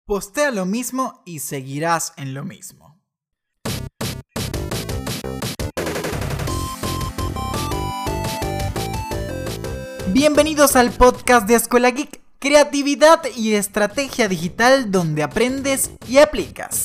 Postea lo mismo y seguirás en lo mismo. Bienvenidos al podcast de Escuela Geek, creatividad y estrategia digital donde aprendes y aplicas.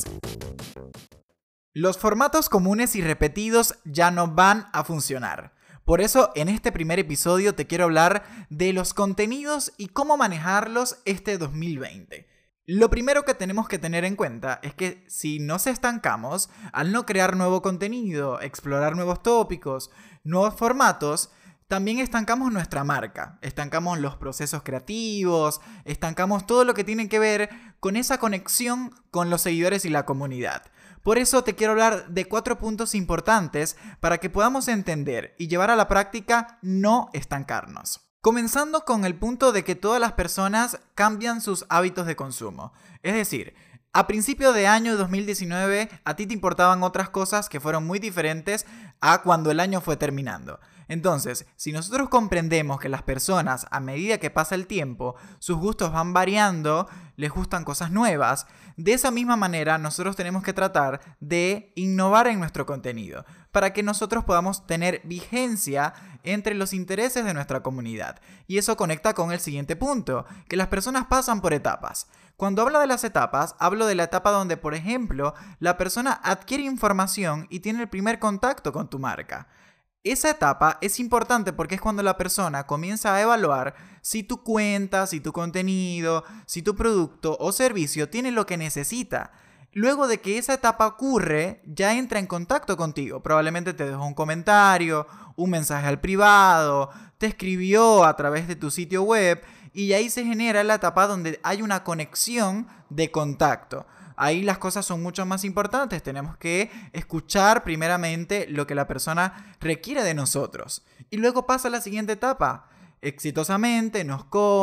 Los formatos comunes y repetidos ya no van a funcionar. Por eso, en este primer episodio te quiero hablar de los contenidos y cómo manejarlos este 2020. Lo primero que tenemos que tener en cuenta es que si nos estancamos, al no crear nuevo contenido, explorar nuevos tópicos, nuevos formatos, también estancamos nuestra marca, estancamos los procesos creativos, estancamos todo lo que tiene que ver con esa conexión con los seguidores y la comunidad. Por eso te quiero hablar de 4 puntos importantes para que podamos entender y llevar a la práctica no estancarnos. Comenzando con el punto de que todas las personas cambian sus hábitos de consumo. Es decir, a principio de año 2019 a ti te importaban otras cosas que fueron muy diferentes a cuando el año fue terminando. Entonces, si nosotros comprendemos que las personas, a medida que pasa el tiempo, sus gustos van variando, les gustan cosas nuevas, de esa misma manera nosotros tenemos que tratar de innovar en nuestro contenido para que nosotros podamos tener vigencia entre los intereses de nuestra comunidad. Y eso conecta con el siguiente punto, que las personas pasan por etapas. Cuando hablo de las etapas, hablo de la etapa donde, por ejemplo, la persona adquiere información y tiene el primer contacto con tu marca. Esa etapa es importante porque es cuando la persona comienza a evaluar si tu cuenta, si tu contenido, si tu producto o servicio tiene lo que necesita. Luego de que esa etapa ocurre, ya entra en contacto contigo. Probablemente te dejó un comentario, un mensaje al privado, te escribió a través de tu sitio web y ahí se genera la etapa donde hay una conexión de contacto. Ahí las cosas son mucho más importantes. Tenemos que escuchar primeramente lo que la persona requiere de nosotros. Y luego pasa a la siguiente etapa. Exitosamente nos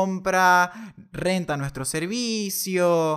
compra, renta nuestro servicio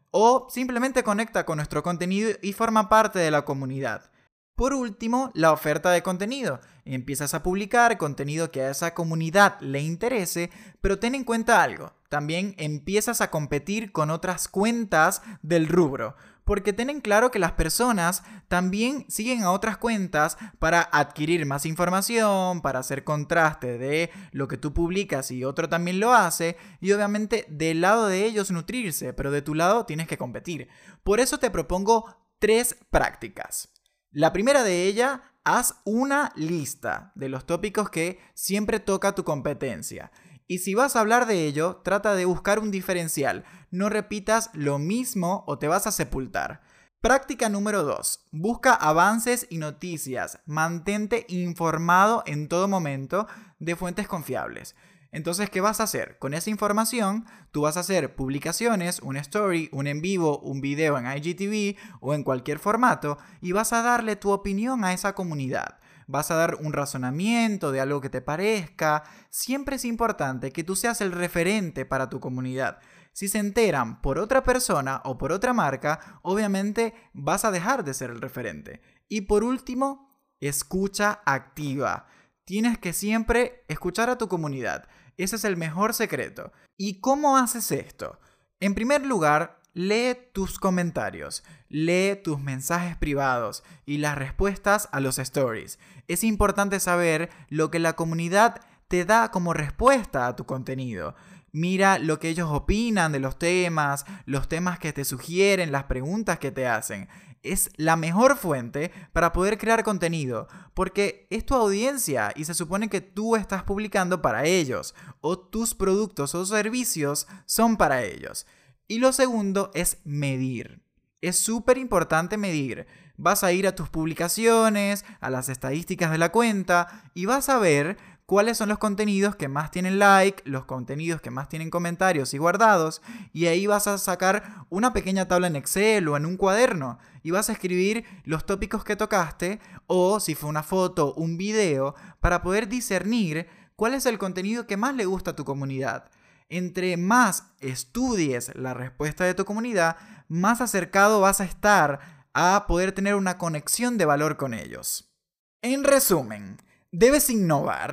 o simplemente conecta con nuestro contenido y forma parte de la comunidad. Por último, la oferta de contenido. Empiezas a publicar contenido que a esa comunidad le interese, pero ten en cuenta algo. También empiezas a competir con otras cuentas del rubro. Porque ten en claro que las personas también siguen a otras cuentas para adquirir más información, para hacer contraste de lo que tú publicas y otro también lo hace. Y obviamente del lado de ellos nutrirse, pero de tu lado tienes que competir. Por eso te propongo 3 prácticas. La primera de ellas, haz una lista de los tópicos que siempre toca tu competencia. Y si vas a hablar de ello, trata de buscar un diferencial. No repitas lo mismo o te vas a sepultar. Práctica número 2. Busca avances y noticias. Mantente informado en todo momento de fuentes confiables. Entonces, ¿qué vas a hacer? Con esa información, tú vas a hacer publicaciones, un story, un en vivo, un video en IGTV o en cualquier formato y vas a darle tu opinión a esa comunidad. Vas a dar un razonamiento de algo que te parezca. Siempre es importante que tú seas el referente para tu comunidad. Si se enteran por otra persona o por otra marca, obviamente vas a dejar de ser el referente. Y por último, escucha activa. Tienes que siempre escuchar a tu comunidad. Ese es el mejor secreto. ¿Y cómo haces esto? En primer lugar, lee tus comentarios, lee tus mensajes privados y las respuestas a los stories. Es importante saber lo que la comunidad te da como respuesta a tu contenido. Mira lo que ellos opinan de los temas que te sugieren, las preguntas que te hacen. Es la mejor fuente para poder crear contenido, porque es tu audiencia y se supone que tú estás publicando para ellos, o tus productos o servicios son para ellos. Y lo segundo es medir. Es súper importante medir. Vas a ir a tus publicaciones, a las estadísticas de la cuenta y vas a ver cuáles son los contenidos que más tienen like, los contenidos que más tienen comentarios y guardados, y ahí vas a sacar una pequeña tabla en Excel o en un cuaderno y vas a escribir los tópicos que tocaste o si fue una foto, un video, para poder discernir cuál es el contenido que más le gusta a tu comunidad. Entre más estudies la respuesta de tu comunidad, más acercado vas a estar a poder tener una conexión de valor con ellos. En resumen, debes innovar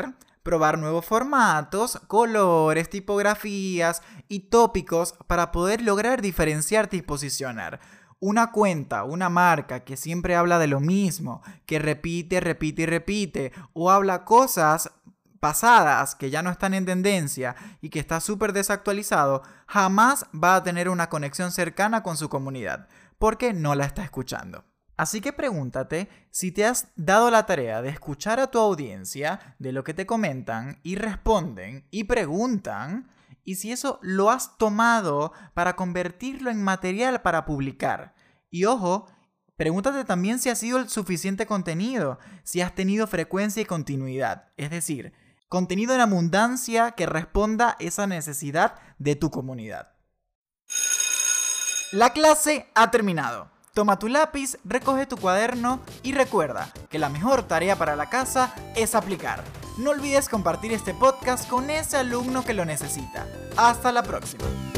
probar nuevos formatos, colores, tipografías y tópicos para poder lograr diferenciarte y posicionar. Una cuenta, una marca que siempre habla de lo mismo, que repite y repite, o habla cosas pasadas que ya no están en tendencia y que está súper desactualizado, jamás va a tener una conexión cercana con su comunidad, porque no la está escuchando. Así que pregúntate si te has dado la tarea de escuchar a tu audiencia, de lo que te comentan y responden y preguntan, y si eso lo has tomado para convertirlo en material para publicar. Y ojo, pregúntate también si ha sido el suficiente contenido, si has tenido frecuencia y continuidad, es decir, contenido en abundancia que responda a esa necesidad de tu comunidad. La clase ha terminado. Toma tu lápiz, recoge tu cuaderno y recuerda que la mejor tarea para la casa es aplicar. No olvides compartir este podcast con ese alumno que lo necesita. Hasta la próxima.